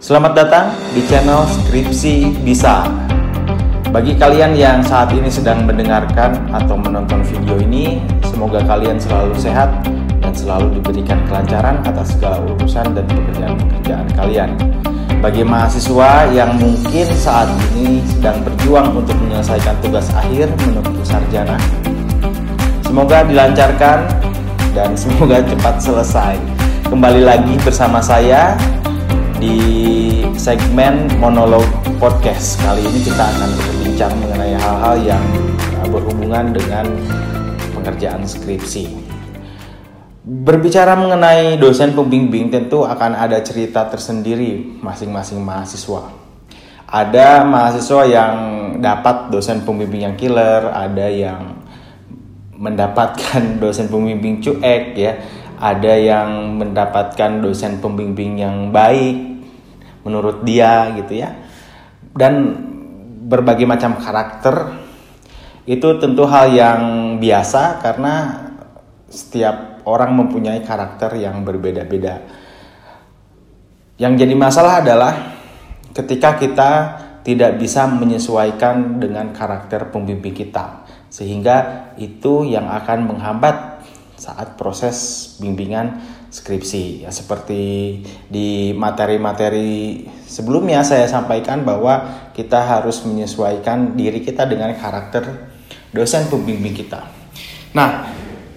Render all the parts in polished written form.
Selamat datang di channel Skripsi Bisa. Bagi kalian yang saat ini sedang mendengarkan atau menonton video ini, semoga kalian selalu sehat dan selalu diberikan kelancaran atas segala urusan dan pekerjaan-pekerjaan kalian. Bagi mahasiswa yang mungkin saat ini sedang berjuang untuk menyelesaikan tugas akhir menuju sarjana, semoga dilancarkan dan semoga cepat selesai. Kembali lagi bersama saya di segmen monolog podcast. Kali ini kita akan berbincang mengenai hal-hal yang berhubungan dengan pengerjaan skripsi. Berbicara mengenai dosen pembimbing, tentu akan ada cerita tersendiri masing-masing mahasiswa. Ada mahasiswa yang dapat dosen pembimbing yang killer, ada yang mendapatkan dosen pembimbing cuek ya, ada yang mendapatkan dosen pembimbing yang baik menurut dia gitu ya. Dan berbagai macam karakter itu tentu hal yang biasa karena setiap orang mempunyai karakter yang berbeda-beda. Yang jadi masalah adalah ketika kita tidak bisa menyesuaikan dengan karakter pembimbing kita, sehingga itu yang akan menghambat saat proses bimbingan skripsi. Ya, seperti di materi-materi sebelumnya saya sampaikan bahwa kita harus menyesuaikan diri kita dengan karakter dosen pembimbing kita. Nah,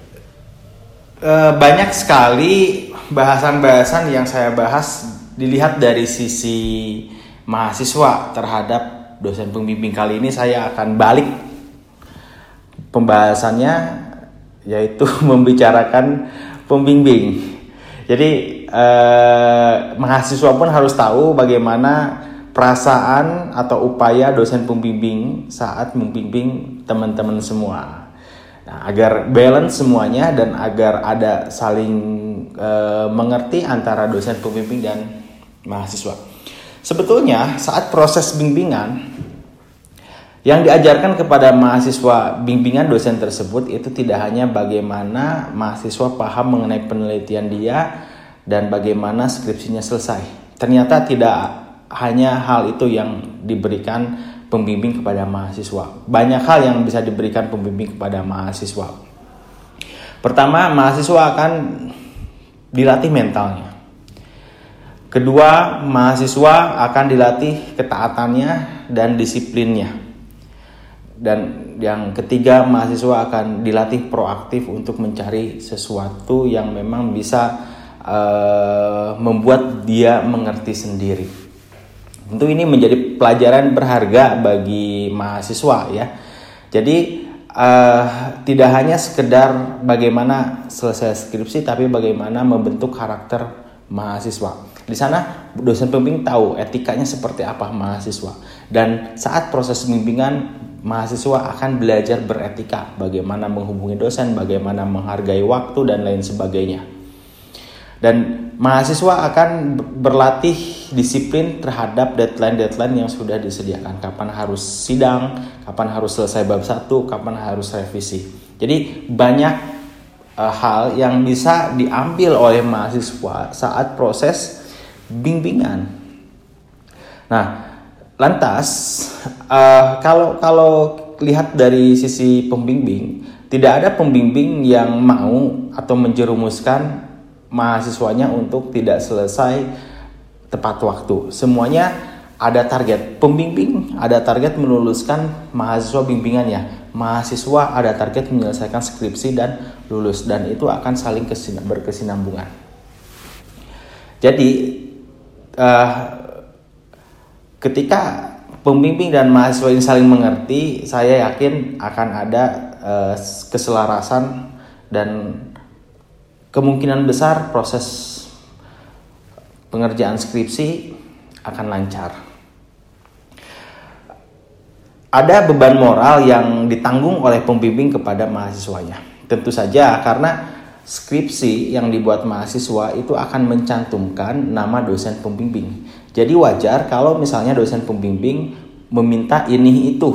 banyak sekali bahasan-bahasan yang saya bahas dilihat dari sisi mahasiswa terhadap dosen pembimbing. Kali ini saya akan balik pembahasannya, yaitu membicarakan pembimbing. Jadi mahasiswa pun harus tahu bagaimana perasaan atau upaya dosen pembimbing saat membimbing teman-teman semua. Nah, agar balance semuanya dan agar ada saling mengerti antara dosen pembimbing dan mahasiswa. Sebetulnya saat proses bimbingan, yang diajarkan kepada mahasiswa bimbingan dosen tersebut itu tidak hanya bagaimana mahasiswa paham mengenai penelitian dia dan bagaimana skripsinya selesai. Ternyata tidak hanya hal itu yang diberikan pembimbing kepada mahasiswa. Banyak hal yang bisa diberikan pembimbing kepada mahasiswa. Pertama, mahasiswa akan dilatih mentalnya. Kedua, mahasiswa akan dilatih ketaatannya dan disiplinnya. Dan yang ketiga, mahasiswa akan dilatih proaktif untuk mencari sesuatu yang memang bisa membuat dia mengerti sendiri. Tentu ini menjadi pelajaran berharga bagi mahasiswa ya. Jadi tidak hanya sekedar bagaimana selesai skripsi, tapi bagaimana membentuk karakter mahasiswa. Di sana dosen pembimbing tahu etikanya seperti apa mahasiswa. Dan saat proses bimbingan, mahasiswa akan belajar beretika, bagaimana menghubungi dosen, bagaimana menghargai waktu, dan lain sebagainya. Dan mahasiswa akan berlatih disiplin terhadap deadline-deadline yang sudah disediakan. Kapan harus sidang, kapan harus selesai bab 1, kapan harus revisi. Jadi banyak hal yang bisa diambil oleh mahasiswa saat proses bimbingan. Nah, lantas, kalau lihat dari sisi pembimbing, tidak ada pembimbing yang mau atau menjerumuskan mahasiswanya untuk tidak selesai tepat waktu. Semuanya ada target. Pembimbing ada target meluluskan mahasiswa bimbingannya. Mahasiswa ada target menyelesaikan skripsi dan lulus. Dan itu akan saling berkesinambungan. Jadi, ketika pembimbing dan mahasiswa ini saling mengerti, saya yakin akan ada keselarasan dan kemungkinan besar proses pengerjaan skripsi akan lancar. Ada beban moral yang ditanggung oleh pembimbing kepada mahasiswanya. Tentu saja karena skripsi yang dibuat mahasiswa itu akan mencantumkan nama dosen pembimbing. Jadi wajar kalau misalnya dosen pembimbing meminta ini itu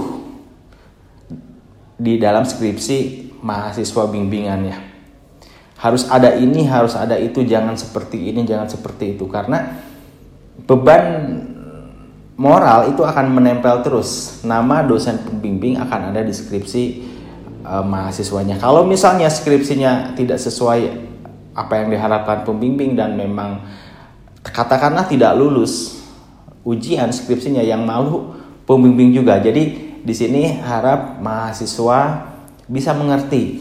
di dalam skripsi mahasiswa bimbingannya. Harus ada ini, harus ada itu, jangan seperti ini, jangan seperti itu. Karena beban moral itu akan menempel terus. Nama dosen pembimbing akan ada di skripsi mahasiswanya. Kalau misalnya skripsinya tidak sesuai apa yang diharapkan pembimbing dan memang katakanlah tidak lulus ujian skripsinya, yang malu pembimbing juga. Jadi di sini harap mahasiswa bisa mengerti.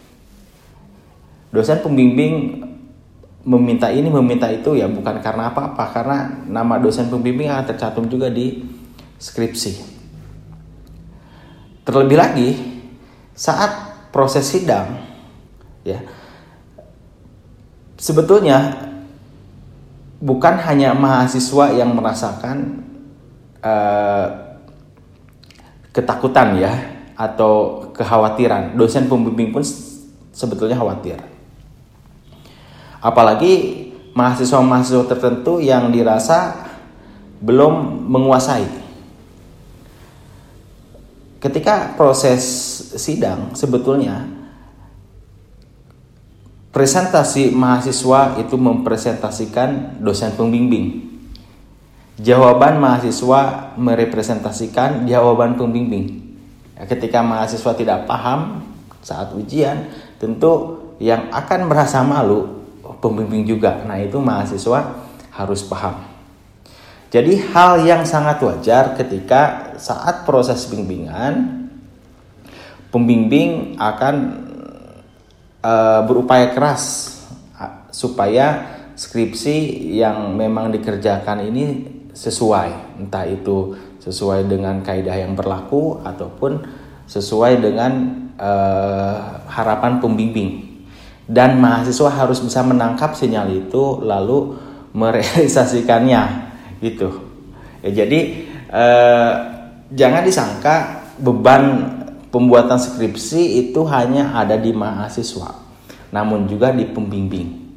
Dosen pembimbing meminta ini meminta itu ya bukan karena apa-apa, karena nama dosen pembimbing akan tercantum juga di skripsi. Terlebih lagi saat proses sidang ya, sebetulnya bukan hanya mahasiswa yang merasakan ketakutan ya atau kekhawatiran, dosen pembimbing pun sebetulnya khawatir. Apalagi mahasiswa-mahasiswa tertentu yang dirasa belum menguasai. Ketika proses sidang, sebetulnya presentasi mahasiswa itu mempresentasikan dosen pembimbing. Jawaban mahasiswa merepresentasikan jawaban pembimbing. Ketika mahasiswa tidak paham saat ujian, tentu yang akan merasa malu pembimbing juga. Nah, itu mahasiswa harus paham. Jadi hal yang sangat wajar ketika saat proses bimbingan, pembimbing akan berupaya keras supaya skripsi yang memang dikerjakan ini sesuai, entah itu sesuai dengan kaidah yang berlaku ataupun sesuai dengan harapan pembimbing. Dan mahasiswa harus bisa menangkap sinyal itu lalu merealisasikannya gitu. Ya, jadi jangan disangka beban pembuatan skripsi itu hanya ada di mahasiswa, namun juga di pembimbing.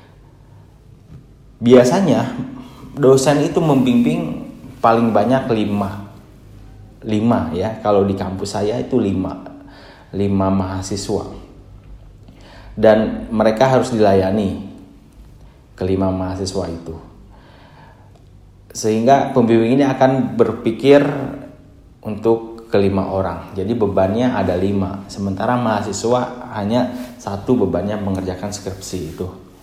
Biasanya dosen itu membimbing paling banyak 5 ya. Kalau di kampus saya itu 5 mahasiswa. Dan mereka harus dilayani kelima mahasiswa itu. Sehingga pembimbing ini akan berpikir untuk kelima orang. Jadi bebannya ada 5. Sementara mahasiswa hanya 1 bebannya mengerjakan skripsi itu.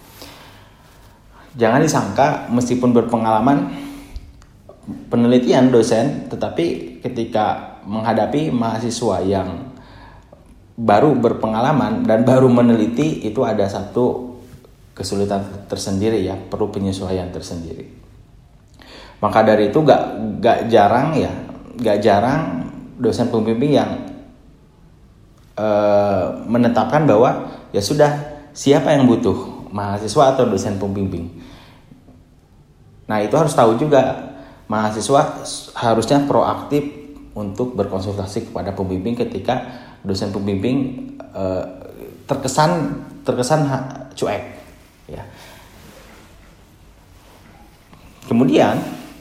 Jangan disangka meskipun berpengalaman penelitian dosen, tetapi ketika menghadapi mahasiswa yang baru berpengalaman dan baru meneliti, itu ada satu kesulitan tersendiri ya, perlu penyesuaian tersendiri. Maka dari itu gak jarang dosen pembimbing yang menetapkan bahwa ya sudah, siapa yang butuh, mahasiswa atau dosen pembimbing. Nah, itu harus tahu juga, mahasiswa harusnya proaktif untuk berkonsultasi kepada pembimbing ketika dosen pembimbing terkesan cuek ya. Kemudian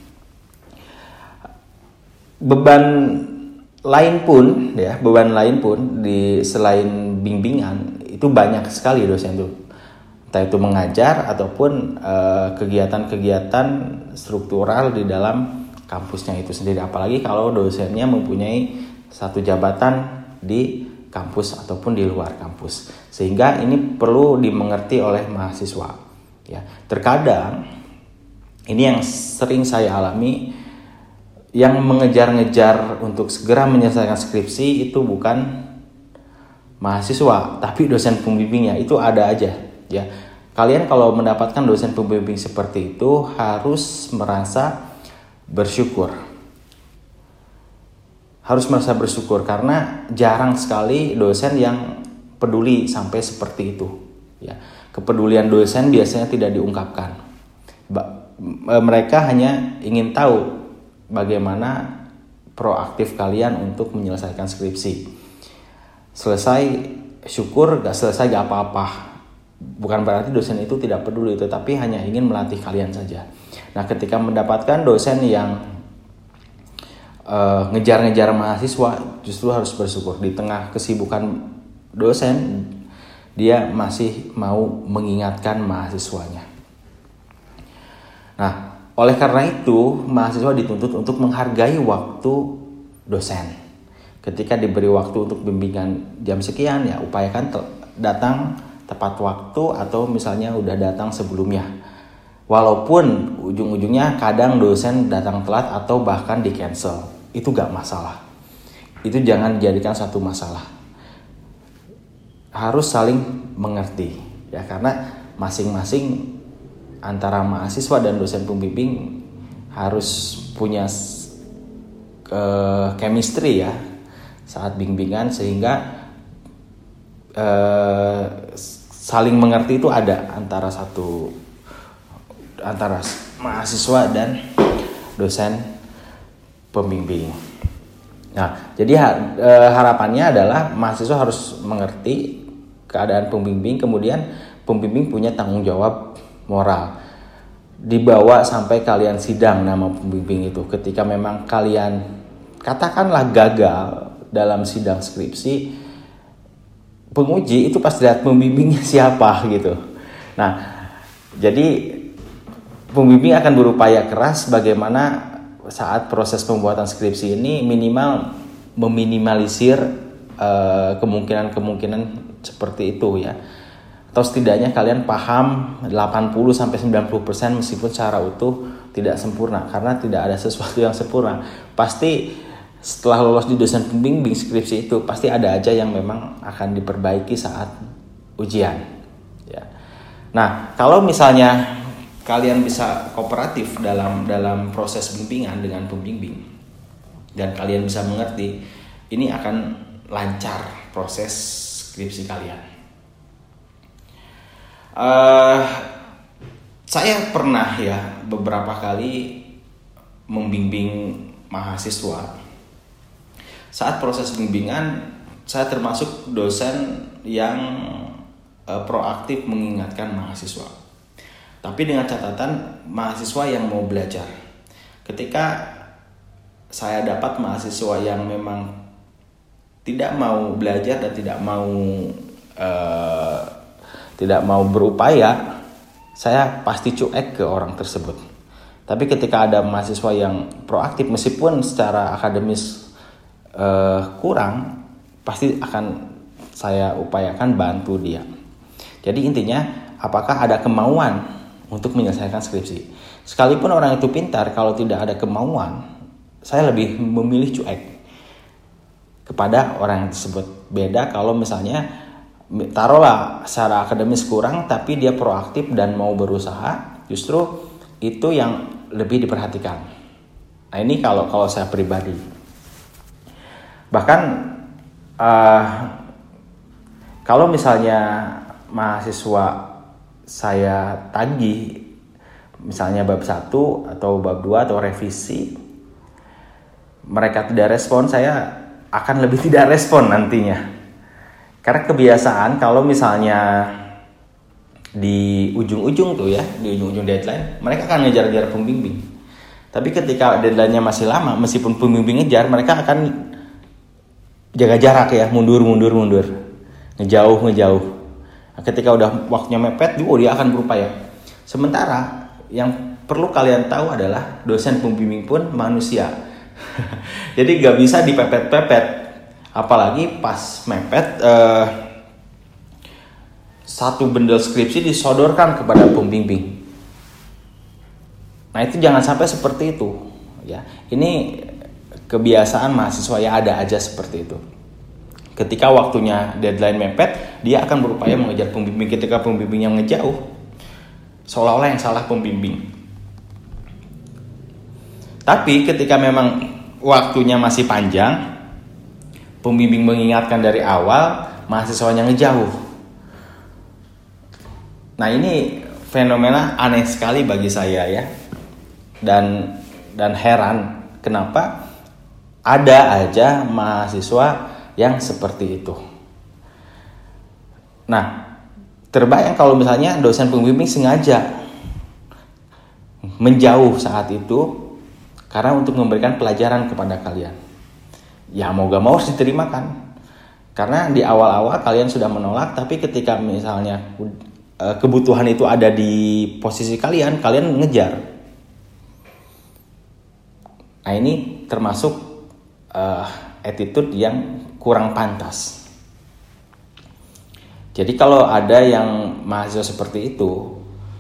beban lain pun di selain bimbingan itu banyak sekali dosen itu, entah itu mengajar ataupun kegiatan-kegiatan struktural di dalam kampusnya itu sendiri, apalagi kalau dosennya mempunyai satu jabatan di kampus ataupun di luar kampus, sehingga ini perlu dimengerti oleh mahasiswa ya. Terkadang ini yang sering saya alami, yang mengejar-ngejar untuk segera menyelesaikan skripsi itu bukan mahasiswa tapi dosen pembimbingnya. Itu ada aja ya. Kalian kalau mendapatkan dosen pembimbing seperti itu harus merasa bersyukur. Karena jarang sekali dosen yang peduli sampai seperti itu ya. Kepedulian dosen biasanya tidak diungkapkan. Mereka hanya ingin tahu bagaimana proaktif kalian untuk menyelesaikan skripsi. Selesai syukur, gak selesai gak apa-apa. Bukan berarti dosen itu tidak peduli, tetapi hanya ingin melatih kalian saja. Nah, ketika mendapatkan dosen yang ngejar-ngejar mahasiswa, justru harus bersyukur. Di tengah kesibukan dosen, dia masih mau mengingatkan mahasiswanya. Nah, Oleh karena itu, mahasiswa dituntut untuk menghargai waktu dosen. Ketika diberi waktu untuk bimbingan jam sekian, ya upayakan datang tepat waktu atau misalnya udah datang sebelumnya. Walaupun ujung-ujungnya kadang dosen datang telat atau bahkan di cancel, itu gak masalah. Itu jangan dijadikan satu masalah. Harus saling mengerti, ya, karena masing-masing antara mahasiswa dan dosen pembimbing harus punya chemistry ya saat bimbingan, sehingga saling mengerti itu ada antara mahasiswa dan dosen pembimbing. Nah, jadi harapannya adalah mahasiswa harus mengerti keadaan pembimbing, kemudian pembimbing punya tanggung jawab moral. Dibawa sampai kalian sidang nama pembimbing itu. Ketika memang kalian katakanlah gagal dalam sidang skripsi, penguji itu pasti lihat pembimbingnya siapa gitu. Nah, jadi pembimbing akan berupaya keras bagaimana saat proses pembuatan skripsi ini minimal meminimalisir kemungkinan seperti itu ya. Atau setidaknya kalian paham 80-90% meskipun secara utuh tidak sempurna, karena tidak ada sesuatu yang sempurna. Pasti setelah lolos di dosen pembimbing skripsi itu pasti ada aja yang memang akan diperbaiki saat ujian ya. Nah, kalau misalnya kalian bisa kooperatif dalam proses bimbingan dengan pembimbing dan kalian bisa mengerti, ini akan lancar proses skripsi kalian. Saya pernah ya beberapa kali membimbing mahasiswa. Saat proses bimbingan, saya termasuk dosen yang proaktif mengingatkan mahasiswa. Tapi dengan catatan mahasiswa yang mau belajar. Ketika saya dapat mahasiswa yang memang tidak mau belajar dan tidak mau berupaya, saya pasti cuek ke orang tersebut. Tapi ketika ada mahasiswa yang proaktif meskipun secara akademis kurang, pasti akan saya upayakan bantu dia. Jadi intinya, apakah ada kemauan untuk menyelesaikan skripsi? Sekalipun orang itu pintar, kalau tidak ada kemauan, saya lebih memilih cuek kepada orang tersebut. Beda kalau misalnya taruhlah secara akademis kurang tapi dia proaktif dan mau berusaha, justru itu yang lebih diperhatikan. Nah, ini kalau saya pribadi. Bahkan kalau misalnya mahasiswa saya tagih misalnya bab 1 atau bab 2 atau revisi, mereka tidak respon, saya akan lebih tidak respon nantinya. Karena kebiasaan kalau misalnya di ujung-ujung tuh ya, di ujung-ujung deadline, mereka akan ngejar-ngejar pembimbing. Tapi ketika deadline-nya masih lama, meskipun pembimbing ngejar, mereka akan jaga jarak ya, mundur, ngejauh. Nah, ketika udah waktunya mepet, dia akan berupaya. Sementara yang perlu kalian tahu adalah dosen pembimbing pun manusia. Jadi gak bisa dipepet-pepet, apalagi pas mepet satu bundle skripsi disodorkan kepada pembimbing. Nah, itu jangan sampai seperti itu ya. Ini kebiasaan mahasiswa ya, ada aja seperti itu. Ketika waktunya deadline mepet, dia akan berupaya mengejar pembimbing. Ketika pembimbing yang ngejauh, seolah-olah yang salah pembimbing. Tapi ketika memang waktunya masih panjang, pembimbing mengingatkan dari awal, mahasiswanya ngejauh. Nah, ini fenomena aneh sekali bagi saya ya. Dan heran kenapa ada aja mahasiswa yang seperti itu. Nah, terbayang kalau misalnya dosen pembimbing sengaja menjauh saat itu karena untuk memberikan pelajaran kepada kalian. Ya mau gak mau harus diterima kan. Karena di awal-awal kalian sudah menolak, tapi ketika misalnya kebutuhan itu ada di posisi kalian ngejar. Nah ini termasuk attitude yang kurang pantas. Jadi kalau ada yang mahasiswa seperti itu,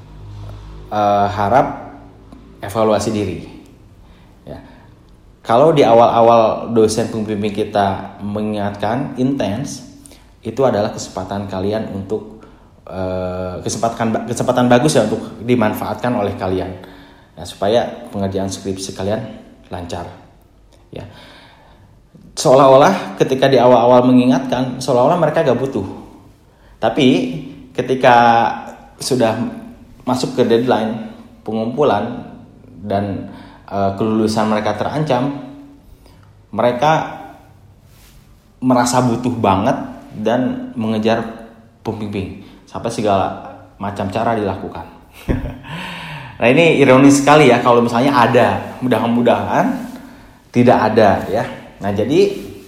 harap evaluasi diri. Ya. Kalau di awal-awal dosen pembimbing kita mengingatkan intens, itu adalah kesempatan kalian untuk kesempatan bagus ya untuk dimanfaatkan oleh kalian. Nah, supaya pengerjaan skripsi kalian lancar. Ya. Seolah-olah ketika di awal-awal mengingatkan, seolah-olah mereka gak butuh. Tapi ketika sudah masuk ke deadline pengumpulan dan kelulusan mereka terancam, mereka merasa butuh banget dan mengejar pembimbing sampai segala macam cara dilakukan. Nah ini ironis sekali ya kalau misalnya ada, mudah-mudahan tidak ada ya. Nah jadi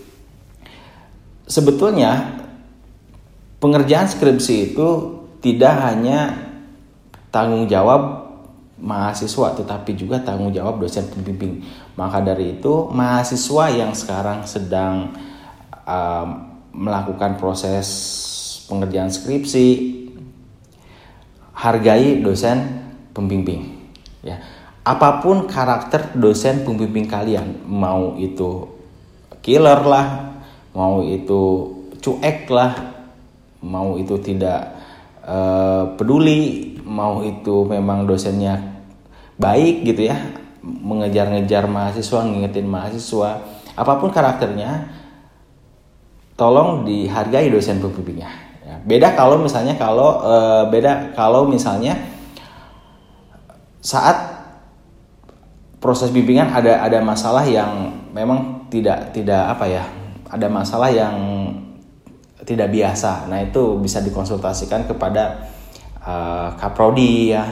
sebetulnya pengerjaan skripsi itu tidak hanya tanggung jawab mahasiswa tetapi juga tanggung jawab dosen pembimbing. Maka dari itu mahasiswa yang sekarang sedang melakukan proses pengerjaan skripsi, hargai dosen pembimbing ya. Apapun karakter dosen pembimbing kalian, mau itu killer lah, mau itu cuek lah, mau itu tidak peduli, mau itu memang dosennya baik gitu ya, mengejar-ngejar mahasiswa, ngingetin mahasiswa, apapun karakternya, tolong dihargai dosen pembimbingnya. Ya, beda kalau misalnya saat proses bimbingan ada masalah yang memang tidak ada masalah yang tidak biasa. Nah itu bisa dikonsultasikan kepada Kaprodi ya.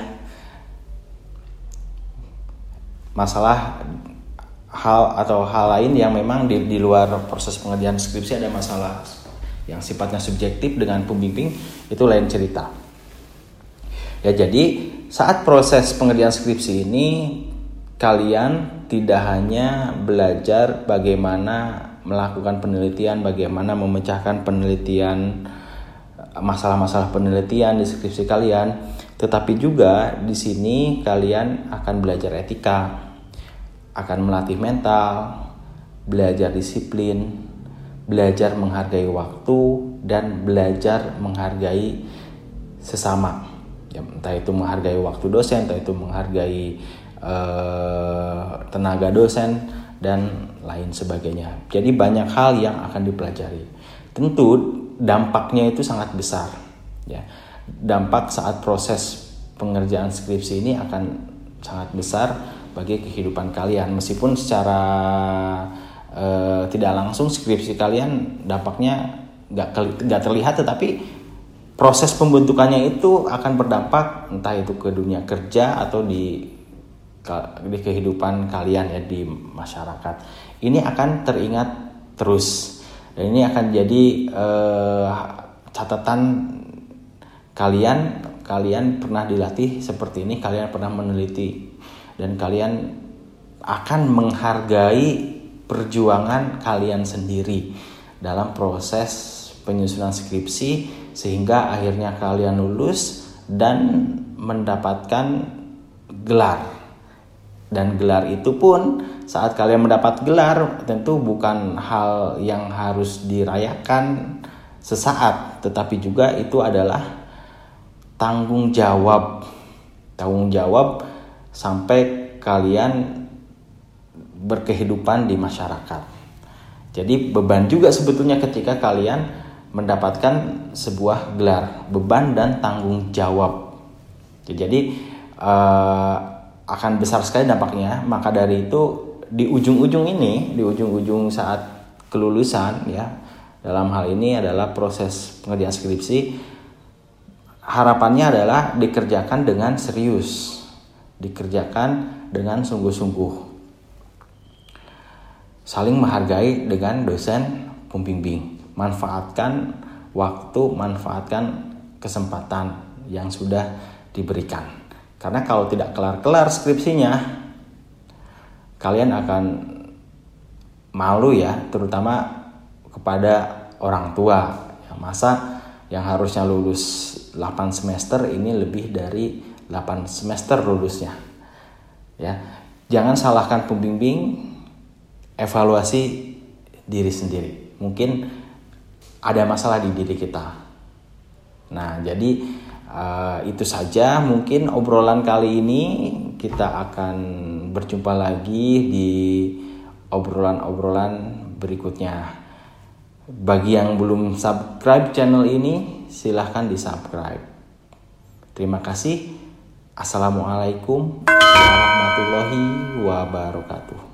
Masalah hal lain yang memang di luar proses pengerjaan skripsi, ada masalah yang sifatnya subjektif dengan pembimbing, itu lain cerita. Ya jadi saat proses pengerjaan skripsi ini kalian tidak hanya belajar bagaimana melakukan penelitian, bagaimana memecahkan penelitian, masalah-masalah penelitian di skripsi kalian, tetapi juga di sini kalian akan belajar etika, akan melatih mental, belajar disiplin, belajar menghargai waktu, dan belajar menghargai sesama. Ya, entah itu menghargai waktu dosen, entah itu menghargai tenaga dosen, dan lain sebagainya. Jadi banyak hal yang akan dipelajari. Tentu dampaknya itu sangat besar. Ya, dampak saat proses pengerjaan skripsi ini akan sangat besar bagi kehidupan kalian. Meskipun secara tidak langsung skripsi kalian dampaknya nggak terlihat, tetapi proses pembentukannya itu akan berdampak entah itu ke dunia kerja atau di kehidupan kalian ya di masyarakat. Ini akan teringat terus, dan ini akan jadi catatan kalian pernah dilatih seperti ini, kalian pernah meneliti, dan kalian akan menghargai perjuangan kalian sendiri dalam proses penyusunan skripsi, sehingga akhirnya kalian lulus dan mendapatkan gelar. Dan gelar itu pun saat kalian mendapat gelar tentu bukan hal yang harus dirayakan sesaat, tetapi juga itu adalah tanggung jawab sampai kalian berkehidupan di masyarakat. Jadi beban juga sebetulnya ketika kalian mendapatkan sebuah gelar, beban dan tanggung jawab. Jadi akan besar sekali dampaknya. Maka dari itu di ujung-ujung saat kelulusan ya, dalam hal ini adalah proses pengerjaan skripsi, harapannya adalah dikerjakan dengan serius, dikerjakan dengan sungguh-sungguh, saling menghargai dengan dosen pembimbing, manfaatkan waktu, manfaatkan kesempatan yang sudah diberikan. Karena kalau tidak kelar-kelar skripsinya, kalian akan malu ya, terutama kepada orang tua. Ya, masa yang harusnya lulus 8 semester ini lebih dari 8 semester lulusnya. Ya, jangan salahkan pembimbing, evaluasi diri sendiri. Mungkin ada masalah di diri kita. Nah, jadi itu saja mungkin obrolan kali ini. Kita akan berjumpa lagi di obrolan-obrolan berikutnya. Bagi yang belum subscribe channel ini, silahkan di subscribe. Terima kasih. Assalamualaikum warahmatullahi wabarakatuh.